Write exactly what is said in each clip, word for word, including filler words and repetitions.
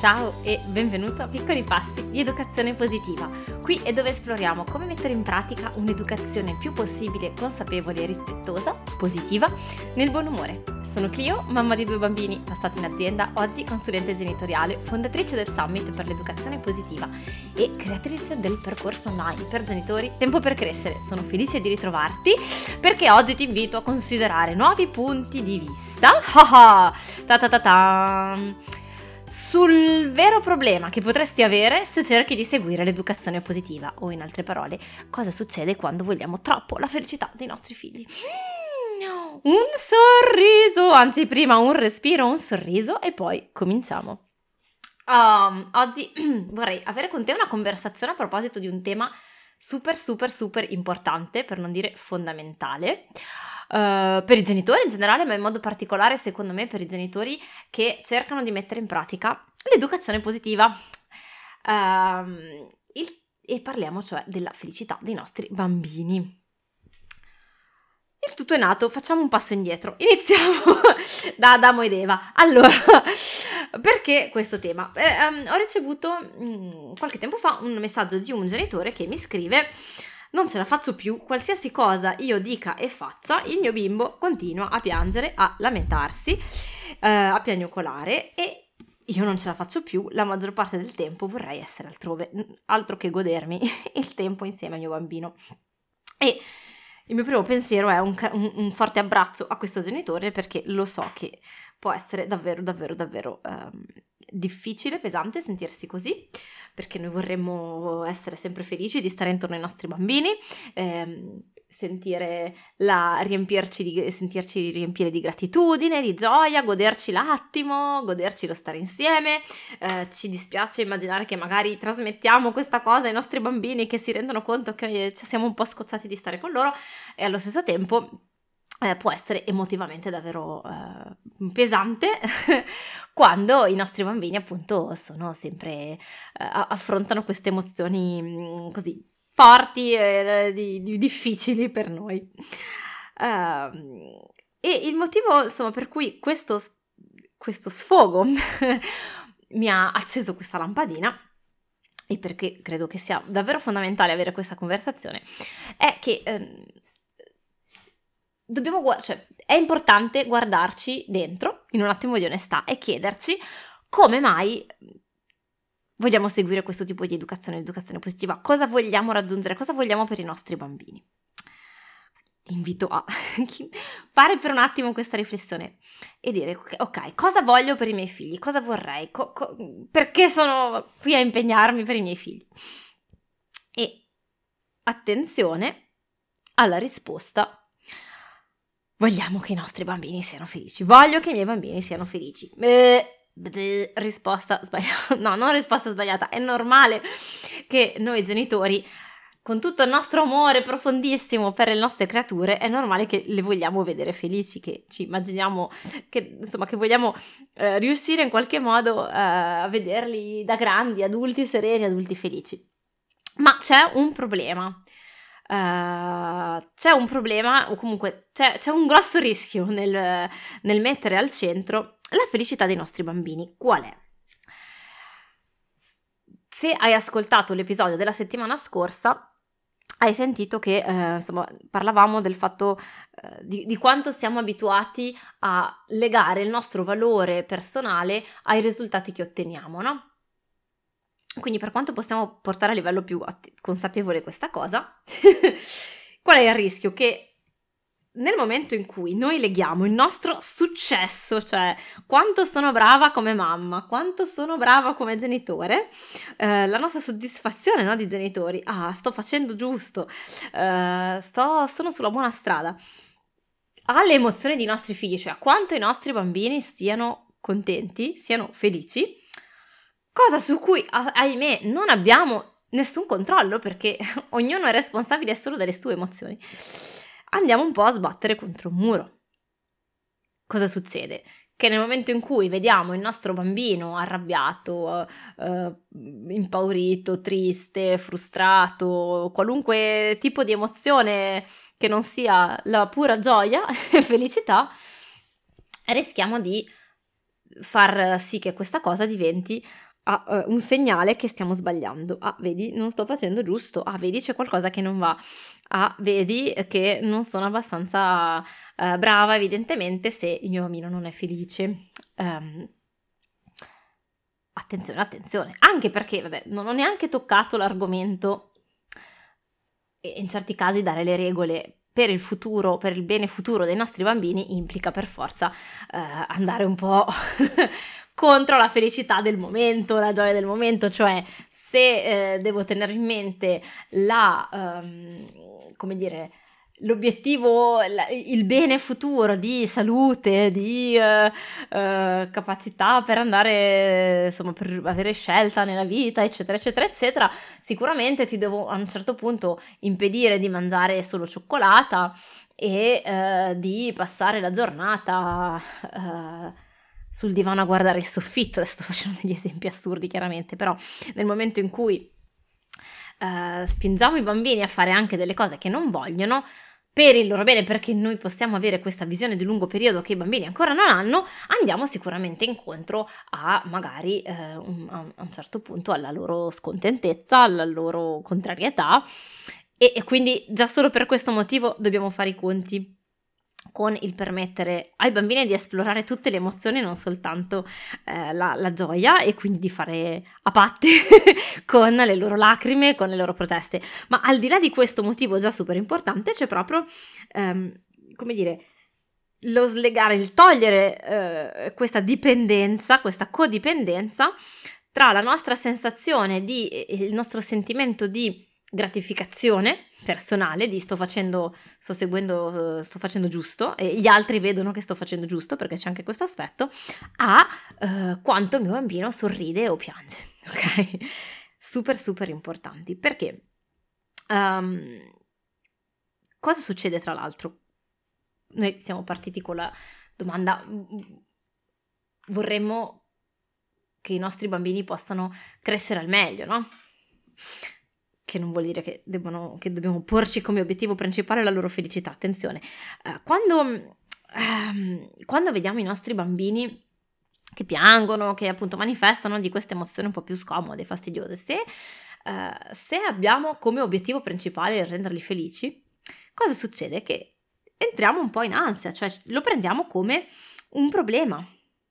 Ciao e benvenuto a Piccoli Passi di Educazione Positiva. Qui è dove esploriamo come mettere in pratica un'educazione il più possibile consapevole e rispettosa, positiva, nel buon umore. Sono Clio, mamma di due bambini, passata in azienda, oggi consulente genitoriale, fondatrice del Summit per l'Educazione Positiva e creatrice del percorso online per genitori Tempo per Crescere. Sono felice di ritrovarti perché oggi ti invito a considerare nuovi punti di vista ta ta ta ta, sul vero problema che potresti avere se cerchi di seguire l'educazione positiva, o in altre parole, cosa succede quando vogliamo troppo la felicità dei nostri figli. Un sorriso, anzi prima un respiro, un sorriso e poi cominciamo. Um, oggi vorrei avere con te una conversazione a proposito di un tema super super super importante, per non dire fondamentale, uh, per i genitori in generale, ma in modo particolare secondo me per i genitori che cercano di mettere in pratica l'educazione positiva. Um, il, e parliamo cioè della felicità dei nostri bambini. Il tutto è nato, facciamo un passo indietro, iniziamo da Adamo ed Eva. Allora, perché questo tema? Eh, um, ho ricevuto mh, qualche tempo fa un messaggio di un genitore che mi scrive: non ce la faccio più, qualsiasi cosa io dica e faccia, il mio bimbo continua a piangere, a lamentarsi, eh, a piagnucolare e io non ce la faccio più, la maggior parte del tempo vorrei essere altrove, altro che godermi il tempo insieme al mio bambino. E il mio primo pensiero è un, un, un forte abbraccio a questo genitore, perché lo so che può essere davvero, davvero, davvero um, difficile, pesante sentirsi così, perché noi vorremmo essere sempre felici di stare intorno ai nostri bambini, ehm, sentire la, riempirci di, sentirci riempire di gratitudine, di gioia, goderci l'attimo, goderci lo stare insieme. Eh, ci dispiace immaginare che magari trasmettiamo questa cosa ai nostri bambini, che si rendono conto che ci siamo un po' scocciati di stare con loro, e allo stesso tempo eh, può essere emotivamente davvero eh, pesante quando i nostri bambini appunto sono sempre eh, affrontano queste emozioni mh, così forti e di, di, difficili per noi. Uh, e il motivo insomma per cui questo, questo sfogo mi ha acceso questa lampadina, e perché credo che sia davvero fondamentale avere questa conversazione, è che eh, dobbiamo guard- cioè, è importante guardarci dentro in un attimo di onestà e chiederci come mai vogliamo seguire questo tipo di educazione, educazione positiva, cosa vogliamo raggiungere, cosa vogliamo per i nostri bambini. Ti invito a fare per un attimo questa riflessione e dire: ok, cosa voglio per i miei figli, cosa vorrei, co- co- perché sono qui a impegnarmi per i miei figli. E attenzione alla risposta: vogliamo che i nostri bambini siano felici, voglio che i miei bambini siano felici. Eh, risposta sbagliata. No, non risposta sbagliata. È normale che noi genitori, con tutto il nostro amore profondissimo per le nostre creature, è normale che le vogliamo vedere felici, che ci immaginiamo che insomma che vogliamo eh, riuscire in qualche modo eh, a vederli da grandi, adulti sereni, adulti felici. Ma c'è un problema. Uh, c'è un problema, o comunque c'è, c'è un grosso rischio nel, nel mettere al centro la felicità dei nostri bambini. Qual è? Se hai ascoltato l'episodio della settimana scorsa, hai sentito che eh, insomma parlavamo del fatto eh, di, di quanto siamo abituati a legare il nostro valore personale ai risultati che otteniamo, no? Quindi per quanto possiamo portare a livello più att- consapevole questa cosa, qual è il rischio? Che nel momento in cui noi leghiamo il nostro successo, cioè quanto sono brava come mamma, quanto sono brava come genitore, eh, la nostra soddisfazione, no, di genitori, ah, sto facendo giusto, eh, sto, sono sulla buona strada, alle emozioni dei nostri figli, cioè a quanto i nostri bambini siano contenti, siano felici, cosa su cui, ahimè, non abbiamo nessun controllo, perché ognuno è responsabile solo delle sue emozioni, andiamo un po' a sbattere contro un muro. Cosa succede? Che nel momento in cui vediamo il nostro bambino arrabbiato, eh, impaurito, triste, frustrato, qualunque tipo di emozione che non sia la pura gioia e felicità, rischiamo di far sì che questa cosa diventi a uh, un segnale che stiamo sbagliando. Ah, vedi, non sto facendo giusto. Ah, vedi, c'è qualcosa che non va. Ah, vedi che non sono abbastanza uh, brava, evidentemente, se il mio bambino non è felice. Um, attenzione, attenzione. Anche perché, vabbè, non ho neanche toccato l'argomento, e in certi casi dare le regole per il futuro, per il bene futuro dei nostri bambini, implica per forza uh, andare un po' contro la felicità del momento, la gioia del momento, cioè se eh, devo tenere in mente la, um, come dire, l'obiettivo, la, il bene futuro di salute, di uh, uh, capacità per andare, insomma, per avere scelta nella vita, eccetera, eccetera, eccetera, sicuramente ti devo a un certo punto impedire di mangiare solo cioccolata e uh, di passare la giornata uh, sul divano a guardare il soffitto. Adesso sto facendo degli esempi assurdi, chiaramente, però nel momento in cui uh, spingiamo i bambini a fare anche delle cose che non vogliono, per il loro bene, perché noi possiamo avere questa visione di lungo periodo che i bambini ancora non hanno, andiamo sicuramente incontro a magari eh, un, a un certo punto alla loro scontentezza, alla loro contrarietà, e, e quindi già solo per questo motivo dobbiamo fare i conti con il permettere ai bambini di esplorare tutte le emozioni, non soltanto eh, la, la gioia, e quindi di fare a patti con le loro lacrime, con le loro proteste. Ma al di là di questo motivo già super importante, c'è proprio, ehm, come dire, lo slegare, il togliere eh, questa dipendenza, questa codipendenza tra la nostra sensazione di, il nostro sentimento di gratificazione personale, di sto facendo, sto seguendo, sto facendo giusto, e gli altri vedono che sto facendo giusto, perché c'è anche questo aspetto, a uh, quanto il mio bambino sorride o piange, ok? Super super importanti, perché um, cosa succede tra l'altro? Noi siamo partiti con la domanda, vorremmo che i nostri bambini possano crescere al meglio, no? Che non vuol dire che, debbano, che dobbiamo porci come obiettivo principale la loro felicità. Attenzione, uh, quando, um, quando vediamo i nostri bambini che piangono, che appunto manifestano di queste emozioni un po' più scomode, fastidiose, se, uh, se abbiamo come obiettivo principale il renderli felici, cosa succede? Che entriamo un po' in ansia, cioè lo prendiamo come un problema.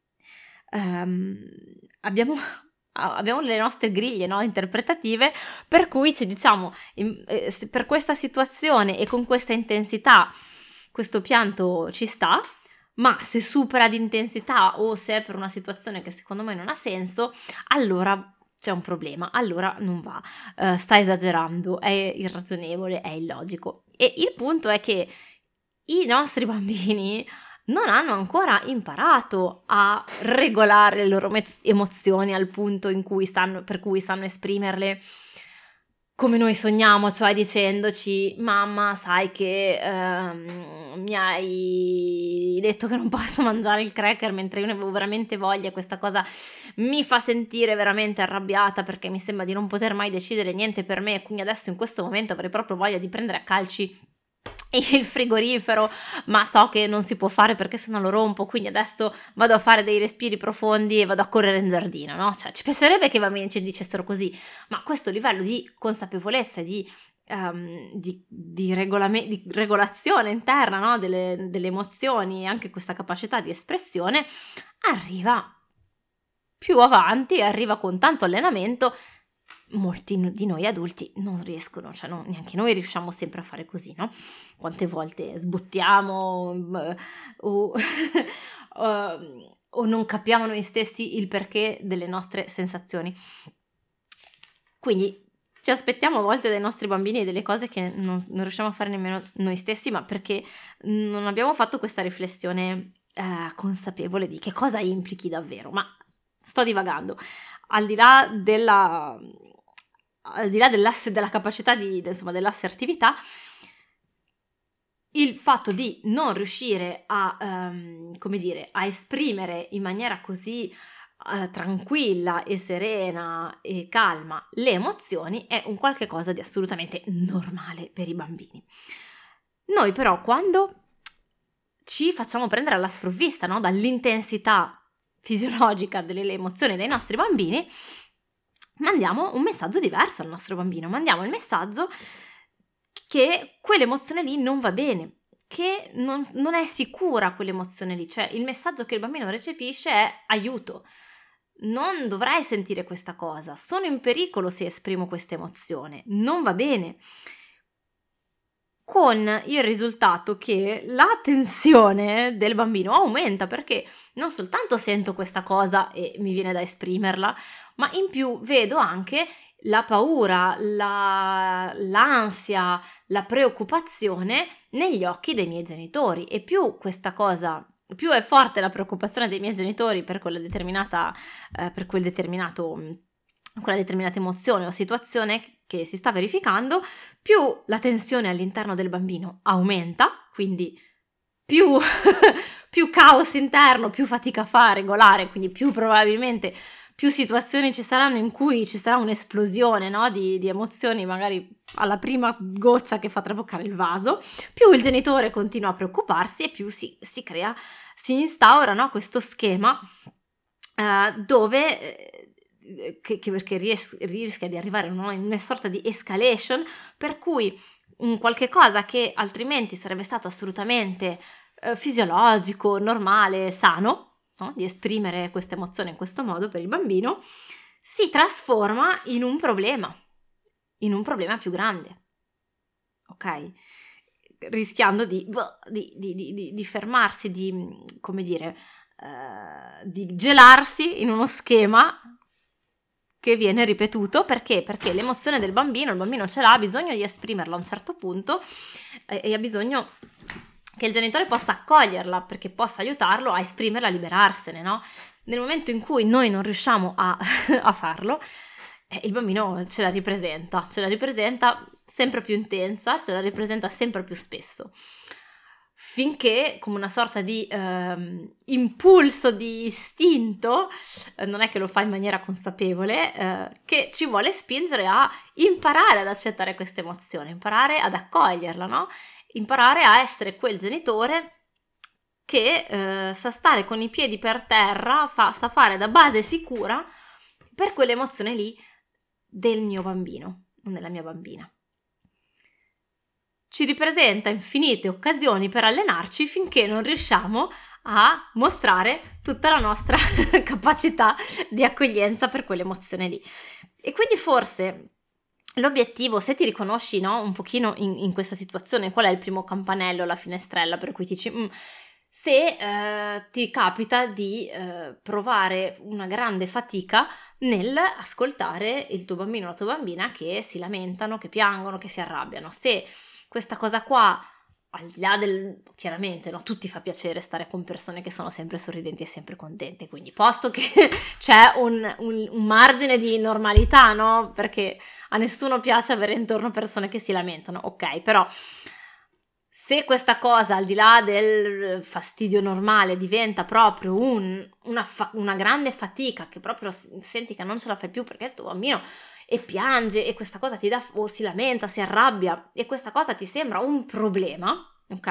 Um, abbiamo... abbiamo le nostre griglie, no, interpretative, per cui ci diciamo in, eh, per questa situazione e con questa intensità questo pianto ci sta, ma se supera di intensità o se è per una situazione che secondo me non ha senso, allora c'è un problema, allora non va, uh, sta esagerando, è irragionevole, è illogico. E il punto è che i nostri bambini non hanno ancora imparato a regolare le loro emozioni al punto in cui stanno, per cui sanno esprimerle come noi sogniamo, cioè dicendoci: mamma, sai che ehm, mi hai detto che non posso mangiare il cracker mentre io ne avevo veramente voglia, e questa cosa mi fa sentire veramente arrabbiata perché mi sembra di non poter mai decidere niente per me, e quindi adesso in questo momento avrei proprio voglia di prendere a calci il frigorifero, ma so che non si può fare perché sennò lo rompo, quindi adesso vado a fare dei respiri profondi e vado a correre in giardino, no? Cioè, ci piacerebbe che i bambini ci dicessero così, ma questo livello di consapevolezza, di, um, di, di, regolame- di regolazione interna, no? delle, delle emozioni, e anche questa capacità di espressione arriva più avanti, arriva con tanto allenamento. Molti di noi adulti non riescono, cioè non, neanche noi riusciamo sempre a fare così, no? Quante volte sbottiamo uh, o, uh, o non capiamo noi stessi il perché delle nostre sensazioni. Quindi ci aspettiamo a volte dai nostri bambini delle cose che non, non riusciamo a fare nemmeno noi stessi, ma perché non abbiamo fatto questa riflessione uh, consapevole di che cosa implichi davvero. Ma sto divagando. Al di là della... al di là dell'asse, della capacità di, insomma, dell'assertività, il fatto di non riuscire a, um, come dire, a esprimere in maniera così uh, tranquilla e serena e calma le emozioni è un qualche cosa di assolutamente normale per i bambini. Noi però, quando ci facciamo prendere alla sprovvista, no, dall'intensità fisiologica delle emozioni dei nostri bambini, mandiamo un messaggio diverso al nostro bambino, mandiamo il messaggio che quell'emozione lì non va bene, che non, non è sicura quell'emozione lì, cioè il messaggio che il bambino recepisce è aiuto, non dovrei sentire questa cosa, sono in pericolo se esprimo questa emozione, non va bene. Con il risultato che la tensione del bambino aumenta, perché non soltanto sento questa cosa e mi viene da esprimerla, ma in più vedo anche la paura, la, l'ansia, la preoccupazione negli occhi dei miei genitori, e più questa cosa, più è forte la preoccupazione dei miei genitori per quella determinata, eh, per quel determinato, quella determinata emozione o situazione che si sta verificando, più la tensione all'interno del bambino aumenta, quindi più, più caos interno, più fatica fa a regolare, quindi più probabilmente più situazioni ci saranno in cui ci sarà un'esplosione, no, di, di emozioni, magari alla prima goccia che fa traboccare il vaso, più il genitore continua a preoccuparsi e più si, si crea, si instaura, no, questo schema eh, dove... Eh, Che, che perché ries- rischia di arrivare, no, in una sorta di escalation, per cui un qualche cosa che altrimenti sarebbe stato assolutamente eh, fisiologico, normale, sano, no? Di esprimere questa emozione in questo modo per il bambino, si trasforma in un problema, in un problema più grande, ok? Rischiando di, di, di, di, di fermarsi, di, come dire, eh, di gelarsi in uno schema che viene ripetuto. Perché? Perché l'emozione del bambino, il bambino ce l'ha, ha bisogno di esprimerla a un certo punto eh, e ha bisogno che il genitore possa accoglierla, perché possa aiutarlo a esprimerla, a liberarsene, no? Nel momento in cui noi non riusciamo a, a farlo, eh, il bambino ce la ripresenta, ce la ripresenta sempre più intensa, ce la ripresenta sempre più spesso, finché, come una sorta di eh, impulso, di istinto, eh, non è che lo fa in maniera consapevole, eh, che ci vuole spingere a imparare ad accettare questa emozione, imparare ad accoglierla, no? Imparare a essere quel genitore che eh, sa stare con i piedi per terra, fa, sa fare da base sicura per quell'emozione lì del mio bambino o della mia bambina. Ci ripresenta infinite occasioni per allenarci finché non riusciamo a mostrare tutta la nostra capacità di accoglienza per quell'emozione lì. E quindi forse l'obiettivo, se ti riconosci, no, un pochino in, in questa situazione, qual è il primo campanello, la finestrella per cui ti dici mm, se eh, ti capita di eh, provare una grande fatica nel ascoltare il tuo bambino o la tua bambina che si lamentano, che piangono, che si arrabbiano, se questa cosa qua, al di là del, chiaramente, no, tutti fa piacere stare con persone che sono sempre sorridenti e sempre contente, quindi posto che c'è un, un, un margine di normalità, no, perché a nessuno piace avere intorno persone che si lamentano, ok, però se questa cosa, al di là del fastidio normale, diventa proprio un, una, fa- una grande fatica, che proprio senti che non ce la fai più perché il tuo bambino e piange e questa cosa ti dà, o si lamenta, si arrabbia e questa cosa ti sembra un problema, ok?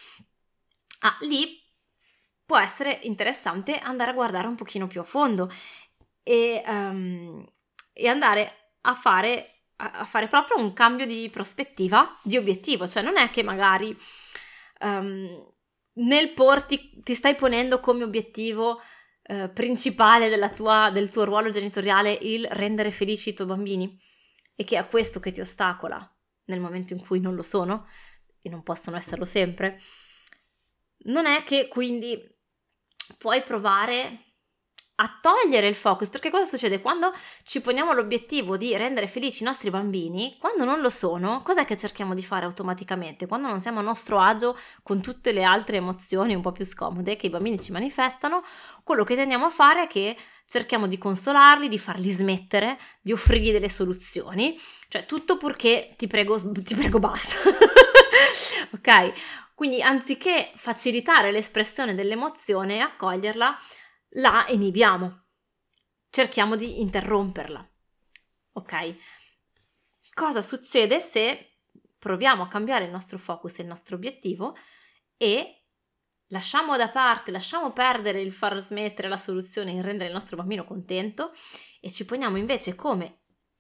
Ah, lì può essere interessante andare a guardare un pochino più a fondo e, um, e andare a fare a fare proprio un cambio di prospettiva, di obiettivo, cioè non è che magari um, nel porti ti stai ponendo come obiettivo uh, principale della tua, del tuo ruolo genitoriale il rendere felici i tuoi bambini e che è questo che ti ostacola nel momento in cui non lo sono e non possono esserlo sempre. Non è che quindi puoi provare a togliere il focus, perché cosa succede? Quando ci poniamo l'obiettivo di rendere felici i nostri bambini, quando non lo sono, cos'è che cerchiamo di fare automaticamente? Quando non siamo a nostro agio con tutte le altre emozioni un po' più scomode che i bambini ci manifestano, quello che tendiamo a fare è che cerchiamo di consolarli, di farli smettere, di offrirgli delle soluzioni, cioè tutto purché ti prego, ti prego basta, ok? Quindi anziché facilitare l'espressione dell'emozione e accoglierla, la inibiamo, cerchiamo di interromperla, ok? Cosa succede se proviamo a cambiare il nostro focus e il nostro obiettivo e lasciamo da parte, lasciamo perdere il far smettere la soluzione in rendere il nostro bambino contento e ci poniamo invece come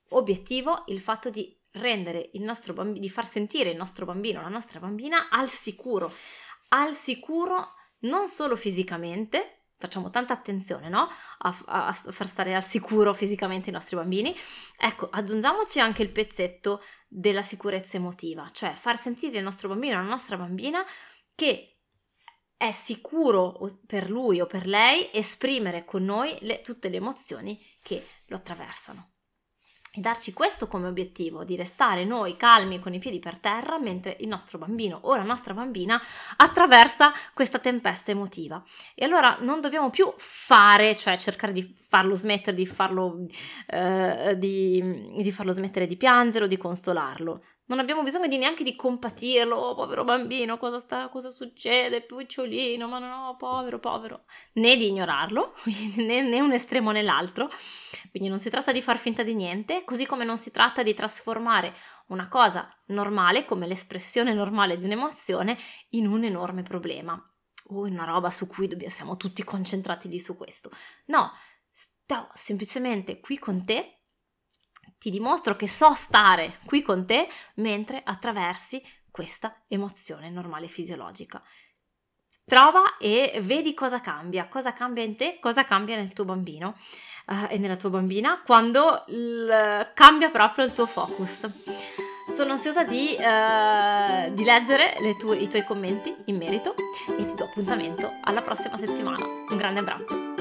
obiettivo il fatto di rendere il nostro bambino, di far sentire il nostro bambino, la nostra bambina al sicuro, al sicuro non solo fisicamente. Facciamo tanta attenzione, no? A, a, a far stare al sicuro fisicamente i nostri bambini. Ecco, aggiungiamoci anche il pezzetto della sicurezza emotiva, cioè far sentire il nostro bambino, la nostra bambina, che è sicuro per lui o per lei esprimere con noi le, tutte le emozioni che lo attraversano. E darci questo come obiettivo, di restare noi calmi con i piedi per terra mentre il nostro bambino o la nostra bambina attraversa questa tempesta emotiva. E allora non dobbiamo più fare, cioè cercare di farlo smettere, di farlo, eh, di, di farlo smettere di piangere o di consolarlo. Non abbiamo bisogno di neanche di compatirlo, oh, povero bambino, cosa sta, cosa succede, picciolino, ma no, povero, povero, né di ignorarlo, né, né un estremo né l'altro. Quindi non si tratta di far finta di niente, così come non si tratta di trasformare una cosa normale, come l'espressione normale di un'emozione, in un enorme problema o in una roba su cui dobbiamo, siamo tutti concentrati lì su questo. No, sto semplicemente qui con te. Ti dimostro che so stare qui con te mentre attraversi questa emozione normale fisiologica. Trova e vedi cosa cambia, cosa cambia in te, cosa cambia nel tuo bambino uh, e nella tua bambina quando l- cambia proprio il tuo focus. Sono ansiosa di, uh, di leggere le tue, i tuoi commenti in merito e ti do appuntamento alla prossima settimana. Un grande abbraccio!